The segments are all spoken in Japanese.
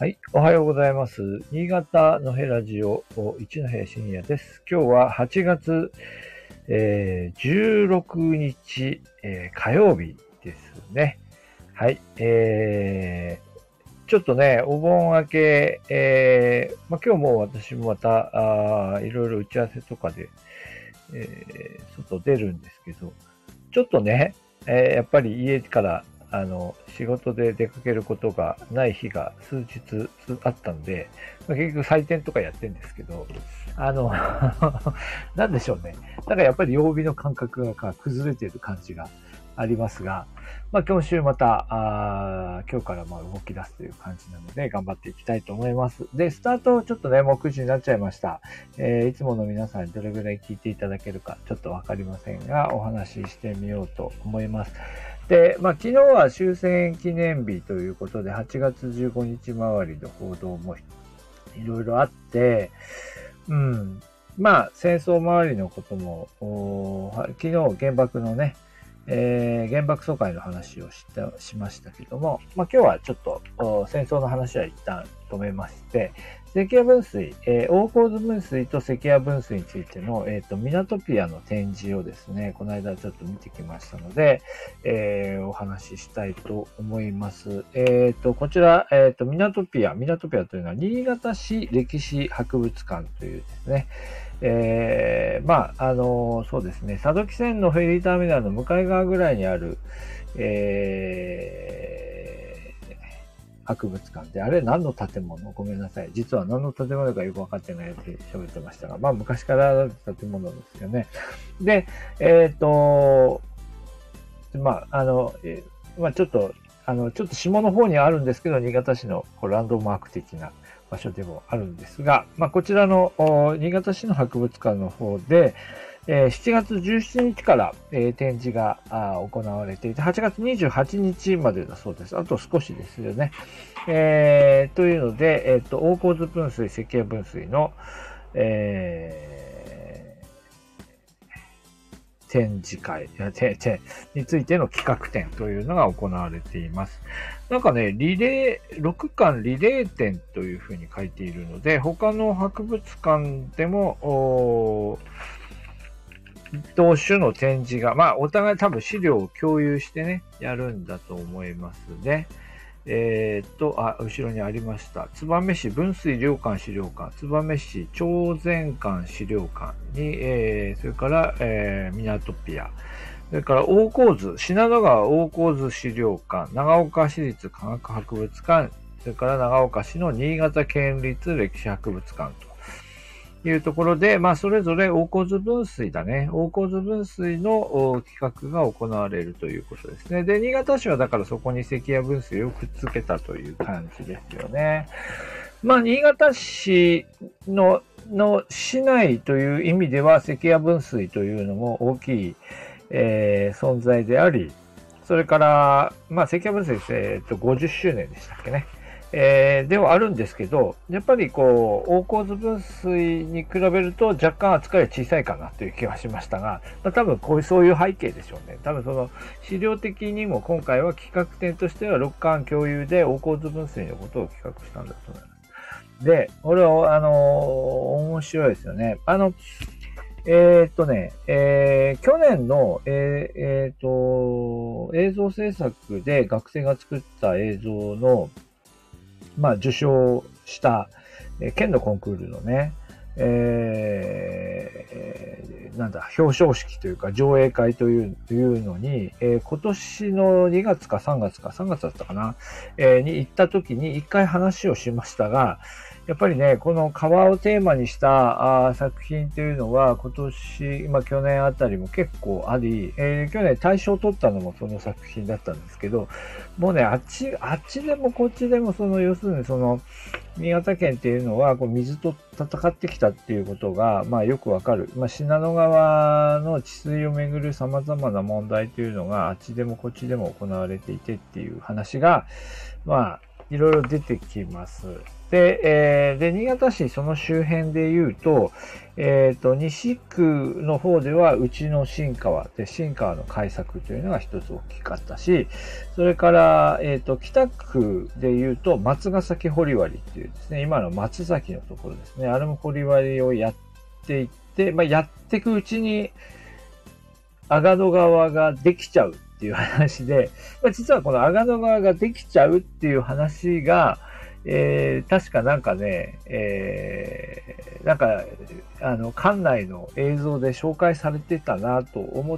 はい、おはようございます。新潟のへラジオ一のへ深夜です。今日は8月、16日、火曜日ですね。はい、ちょっとね、お盆明け、今日も私もまたいろいろ打ち合わせとかで、外出るんですけど、ちょっとね、やっぱり家から仕事で出かけることがない日が数日あったんで、結局採点とかやってるんですけど、なんでしょうね。だからやっぱり曜日の感覚が崩れている感じがありますが、今週また、今日から動き出すという感じなので、頑張っていきたいと思います。で、スタートちょっとね、もう9時になっちゃいました。いつもの皆さんにどれぐらい聞いていただけるか、ちょっとわかりませんが、お話ししてみようと思います。で、昨日は終戦記念日ということで、8月15日周りの報道もいろいろあって、戦争周りのことも、昨日原爆のね、原爆疎開の話をしましたけども、今日はちょっと戦争の話は一旦止めまして、積夜分水、大河津分水と積夜分水についての、ミナトピアの展示をですね、この間ちょっと見てきましたので、お話ししたいと思います。こちら、ミナトピアというのは新潟市歴史博物館というですね、そうですね、佐渡汽船のフェリーターミナルの向かい側ぐらいにある、博物館で、あれ何の建物？ごめんなさい。実は何の建物かよくわかってないで喋ってましたが、昔からある建物ですよね。で、ちょっと下の方にあるんですけど、新潟市のランドマーク的な場所でもあるんですが、こちらの新潟市の博物館の方で、7月17日から、展示が行われていて、8月28日までだそうです。あと少しですよね。というので、大河津分水、積夜分水の、展示会についての企画展というのが行われています。なんかね、6巻リレー展というふうに書いているので、他の博物館でも、同種の展示が、お互い多分資料を共有してね、やるんだと思いますね。後ろにありました。燕市分水良館資料館、燕市朝鮮館資料館に、それから、ミナトピア、それから大河津、信濃川大河津資料館、長岡市立科学博物館、それから長岡市の新潟県立歴史博物館というところで、それぞれ大河津分水だね。大河津分水の企画が行われるということですね。で、新潟市はだからそこに積夜分水をくっつけたという感じですよね。新潟市の市内という意味では、積夜分水というのも大きい、存在であり、それから、積夜分水50周年でしたっけね。ではあるんですけど、やっぱり大河津分水に比べると若干扱いは小さいかなという気がしましたが、多分そういう背景でしょうね。多分その資料的にも今回は企画展としては6巻共有で大河津分水のことを企画したんだと思います。で、これは、面白いですよね。去年の、映像制作で学生が作った映像の、受賞した、県のコンクールのね、表彰式というか上映会というのに、今年の2月か3月だったかな、に行った時に一回話をしましたが、やっぱりね、この川をテーマにした作品というのは去年あたりも結構あり、去年大賞を取ったのもその作品だったんですけど、もうね、あっちでもこっちでも要するに新潟県っていうのは水と戦ってきたっていうことが、よくわかる。信濃川の治水をめぐる様々な問題というのがあっちでもこっちでも行われていてっていう話が、いろいろ出てきます。 で、新潟市その周辺で言うと、西区の方ではうちの新川で、新川の開削というのが一つ大きかったし、それから、北区で言うと松ヶ崎堀割っていうですね、今の松崎のところですね、あれも堀割をやっていって、やっていくうちに、阿賀野川ができちゃうっていう話で、実はこの阿賀野川ができちゃうっていう話が、確かなんかね、館内の映像で紹介されてたなと思って、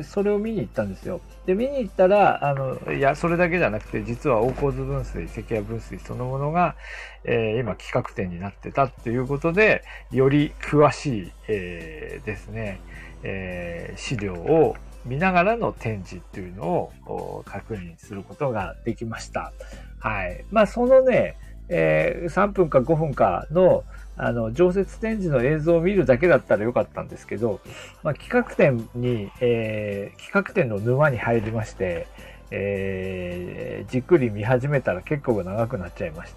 それを見に行ったんですよ。で、見に行ったら、いや、それだけじゃなくて、実は大河津分水、関谷分水そのものが、今企画展になってたっていうことで、より詳しい、ですね、資料を見ながらの展示っていうのを確認することができました。はい。そのね、3分か5分かの、常設展示の映像を見るだけだったらよかったんですけど、企画展の沼に入りまして、じっくり見始めたら結構長くなっちゃいまして、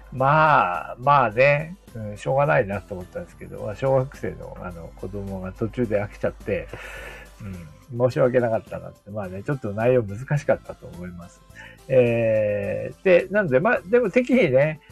ね、しょうがないなと思ったんですけど、小学生の子供が途中で飽きちゃって、申し訳なかったなって、ちょっと内容難しかったと思います。で、なので、でも適宜ね、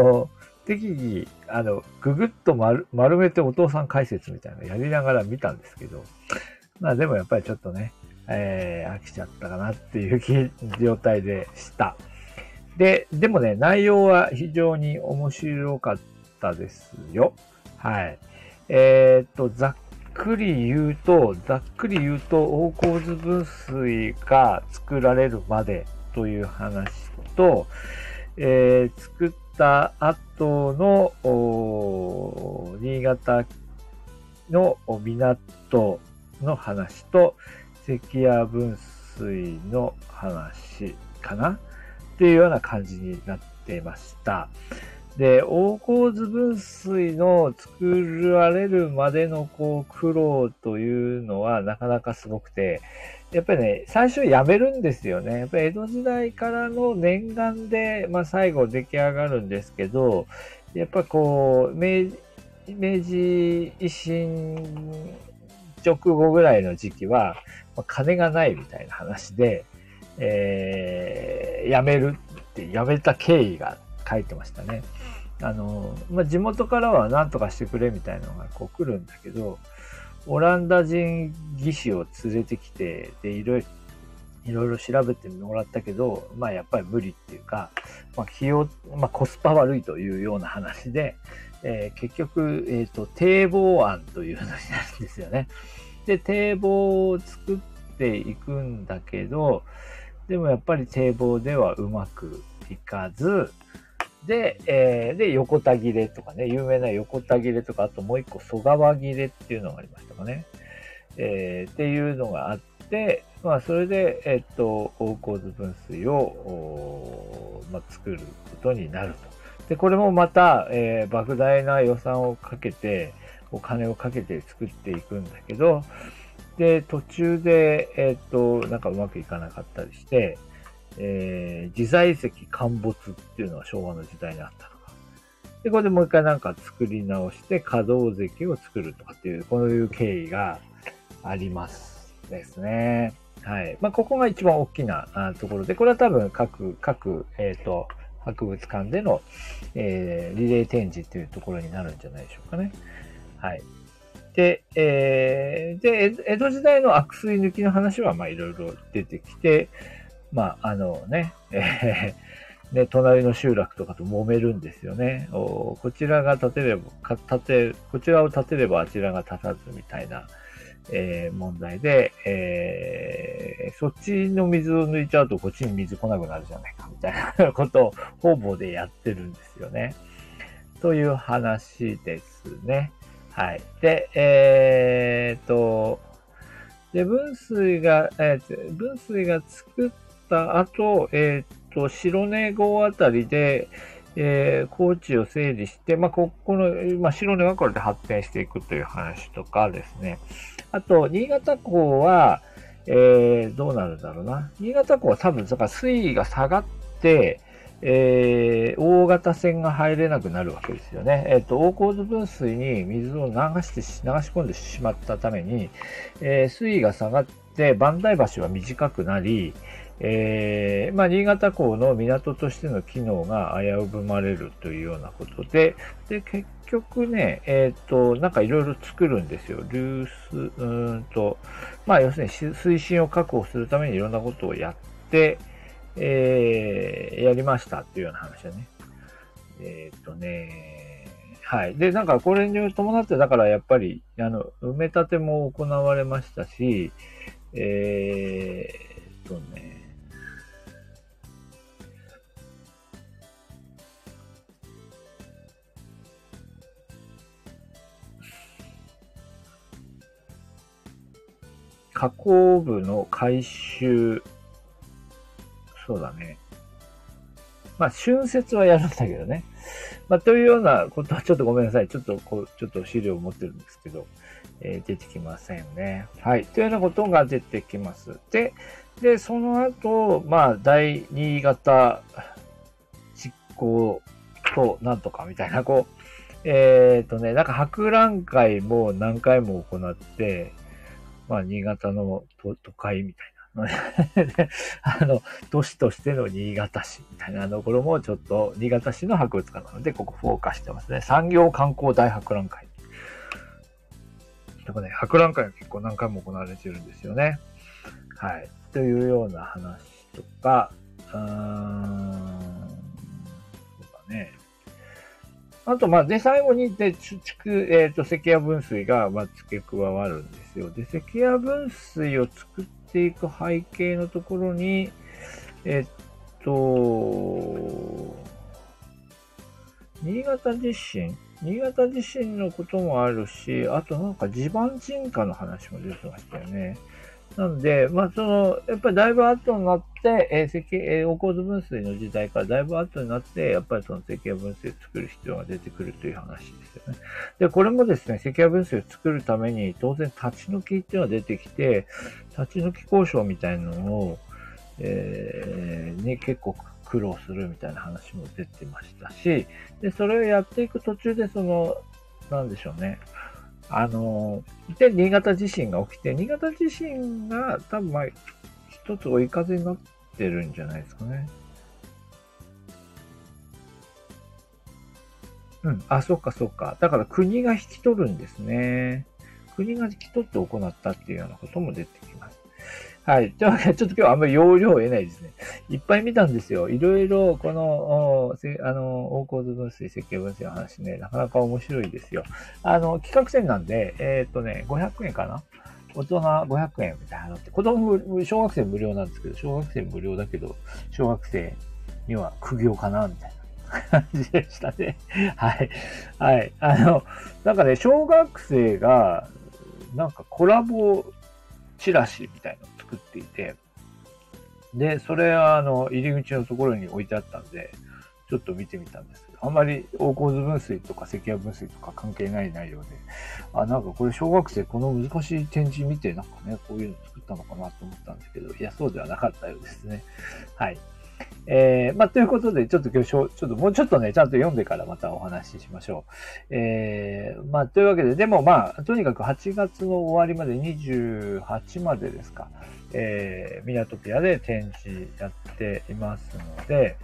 ぐぐっと丸めてお父さん解説みたいなのやりながら見たんですけど、でもやっぱりちょっとね、飽きちゃったかなっていう状態でした。でもね、内容は非常に面白かったですよ。はい。ざっくり言うと、大河津分水が作られるまでという話と、作った後の新潟の港の話と、関谷分水の話かなっていうような感じになっていました。で、大河津分水の作られるまでの苦労というのはなかなかすごくて、やっぱりね、最初やめるんですよね。やっぱり江戸時代からの念願で、最後出来上がるんですけど、やっぱ明治維新直後ぐらいの時期は、金がないみたいな話で、やめた経緯が書いてましたね。地元からは何とかしてくれみたいなのが来るんだけど、オランダ人技師を連れてきて、で、いろいろ調べてもらったけど、やっぱり無理っていうか、コスパ悪いというような話で、結局、堤防案というのになるんですよね。で、堤防を作っていくんだけど、でもやっぱり堤防ではうまくいかず、で、横田切れとかね、有名な横田切れとか、あともう一個、曽川切れっていうのがありましたかね。っていうのがあって、それで、大河津分水を、作ることになると。で、これもまた、莫大な予算をかけて、お金をかけて作っていくんだけど、で、途中で、なんかうまくいかなかったりして、自在石陥没っていうのは昭和の時代にあったとか。で、これでもう一回なんか作り直して可動石を作るとかっていう、こういう経緯がありますですね。はい。ここが一番大きなところで、これは多分各、博物館での、リレー展示っていうところになるんじゃないでしょうかね。はい。で、江戸時代の悪水抜きの話はいろいろ出てきて、隣の集落とかと揉めるんですよね。こちらを建てればあちらが建たずみたいな、問題で、そっちの水を抜いちゃうとこっちに水来なくなるじゃないかみたいなことを方々でやってるんですよね。という話ですね。はい。で、分水が作った後、白根郷あたりで、高知を整理して、この、白根がこれで発展していくという話とかですね。あと、新潟港は、どうなるんだろうな。新潟港は多分、だから水位が下がって、 大型船が入れなくなるわけですよね。大洪水分水に水を流し込んでしまったために、水位が下がって磐梯橋は短くなり、新潟港の港としての機能が危うぶまれるというようなことで、結局ね、なんかいろいろ作るんですよ。要するに水深を確保するためにいろんなことをやって、やりましたっていうような話だね。はい。で、なんかこれに伴って、だからやっぱり、埋め立ても行われましたし、加工部の改修、そうだね。春節はやるんだけどね。というようなことはちょっとごめんなさい。ちょっと資料を持ってるんですけど、出てきませんね。はい。というようなことが出てきます。で、その後、第新潟実行となんとかみたいな、なんか博覧会も何回も行って、新潟の都会みたいな。都市としての新潟市みたいなところもちょっと新潟市の博物館なので、ここフォーカスしてますね。産業観光大博覧会。とかね、博覧会が結構何回も行われてるんですよね。はい。というような話とか、そうだね。あと、で、最後に、積夜分水が、付け加わるんですよ。で、積夜分水を作っていく背景のところに、新潟地震のこともあるし、あとなんか地盤沈下の話も出てましたよね。なんで、やっぱりだいぶ後になって、大洪水分水の時代からだいぶ後になって、やっぱりその積夜分水を作る必要が出てくるという話ですよね。で、これもですね、積夜分水を作るために、当然立ち退きっていうのが出てきて、立ち退き交渉みたいなのを、結構苦労するみたいな話も出てましたし、で、それをやっていく途中で、なんでしょうね。で、新潟地震が起きて、新潟地震が多分一つ追い風になってるんじゃないですかね。そっかそっか。だから国が引き取るんですね。国が引き取って行ったっていうようなことも出てきます。はい。というわけで、ちょっと今日あんまり容量を得ないですね。いっぱい見たんですよ。いろいろ、この、大洪水分水、積夜分水の話ね、なかなか面白いですよ。企画戦なんで、500円かな大人500円みたいなのって、子供、小学生無料なんですけど、小学生無料だけど、小学生には苦行かなみたいな感じでしたね。はい。はい。なんかね、小学生が、なんかコラボチラシみたいなのを作っていて、で、それは入り口のところに置いてあったんで、ちょっと見てみたんですけど、あんまり大洪水分水とか積夜分水とか関係ない内容で、なんかこれ小学生この難しい展示見てなんかね、こういうの作ったのかなと思ったんですけど、いや、そうではなかったようですね。はい。ということで、ちょっと今日、ちょっともうちょっとね、ちゃんと読んでからまたお話ししましょう。というわけで、でもとにかく8月の終わりまで28までですか。ミナトピアで展示やっていますので、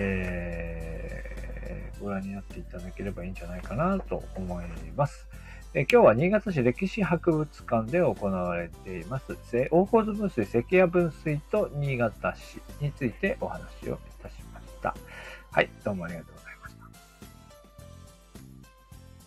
ご覧になっていただければいいんじゃないかなと思います。今日は新潟市歴史博物館で行われています、大洪水分水、積夜分水と新潟市についてお話をいたしました。はい、どうもありがとうございました。